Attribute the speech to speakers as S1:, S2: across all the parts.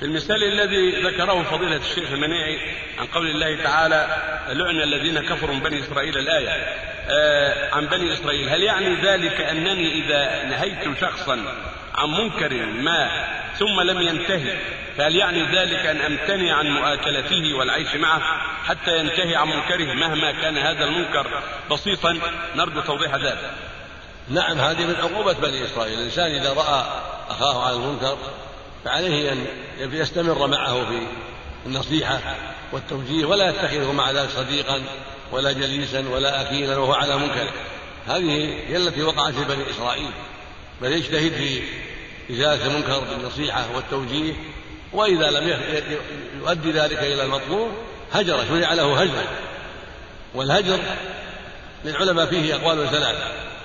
S1: في المثال الذي ذكره فضيلة الشيخ المنيعي عن قول الله تعالى لعن الذين كفروا من بني إسرائيل الآية عن بني إسرائيل، هل يعني ذلك أنني إذا نهيت شخصا عن منكر ما ثم لم ينتهي فهل يعني ذلك أن أمتنع عن مؤاكلته والعيش معه حتى ينتهي عن منكره مهما كان هذا المنكر بسيطا؟ نرجو توضيح ذلك.
S2: نعم، هذه من عقوبة بني إسرائيل. الإنسان إذا رأى أخاه على المنكر فعليه أن يستمر معه في النصيحة والتوجيه، ولا يتخذه مع ذلك صديقا ولا جليسا ولا أكيلا وهو على منكره. هذه هي التي وقعت في بني إسرائيل، بل يجتهد في إزالة المنكر بالنصيحة والتوجيه، وإذا لم يؤدي ذلك إلى المطلوب هجر، شرع له هجر. والهجر للعلماء فيه أقوال ثلاثة،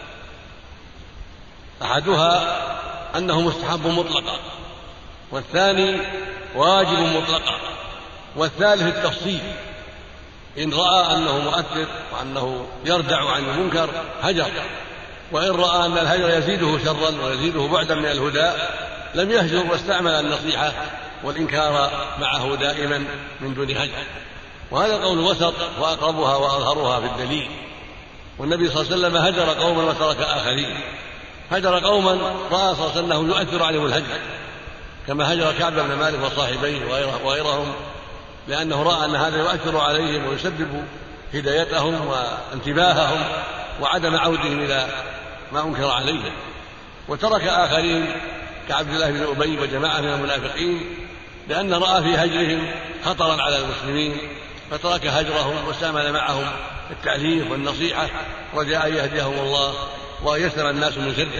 S2: أحدها أنه مستحب مطلقا، والثاني واجب مطلقا، والثالث التفصيل. إن رأى أنه مؤثر وأنه يردع عن المنكر هجر، وإن رأى أن الهجر يزيده شرا ويزيده بعدا من الهدى لم يهجر واستعمل النصيحة والإنكار معه دائما من دون هجر. وهذا قول وسط وأقربها وأظهرها في الدليل. والنبي صلى الله عليه وسلم هجر قوما وترك آخرين. هجر قوما رأى صلى الله عليه وسلم أنه يؤثر عليهم الهجر، كما هجر كعب بن مالك وصاحبيه وغيرهم، لأنه رأى أن هذا يؤثر عليهم ويسبب هدايتهم وانتباههم وعدم عودهم إلى ما أنكر عليهم. وترك آخرين كعبد الله بن أبي وجماعة من المنافقين، لأن رأى في هجرهم خطرا على المسلمين فترك هجرهم واستعمل معهم التعليم والنصيحة، رجاء أن يهديهم الله ويسلم الناس من شرهم.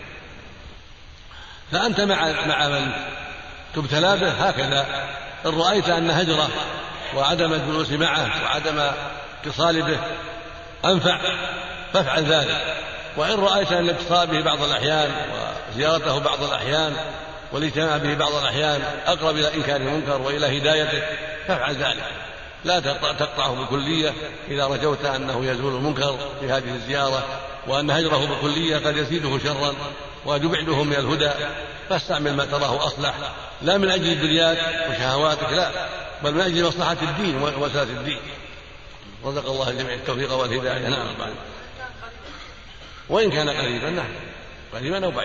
S2: فأنت مع من تبتلى به هكذا، إن رأيت أن هجره وعدم الجلوس معه وعدم اتصال به أنفع فافعل ذلك، وإن رأيت أن الاتصال به بعض الأحيان وزيارته بعض الأحيان والاجتماع به بعض الأحيان أقرب إلى إنكار المنكر وإلى هدايته فافعل ذلك، لا تقطعه بالكلية إذا رجوت أنه يزول المنكر في هذه الزيارة، وأن هجره بالكلية قد يزيده شرا ويبعده من الهدى، فاستعمل ما تراه أصلح، لا من أجل الدنيات وشهواتك، لا، بل من أجل مصلحة الدين ووساة الدين. رزق الله الجميع التوفيق والهداية. نعم، وإن كان قريبا، نعم، قريبا أو بعيدا.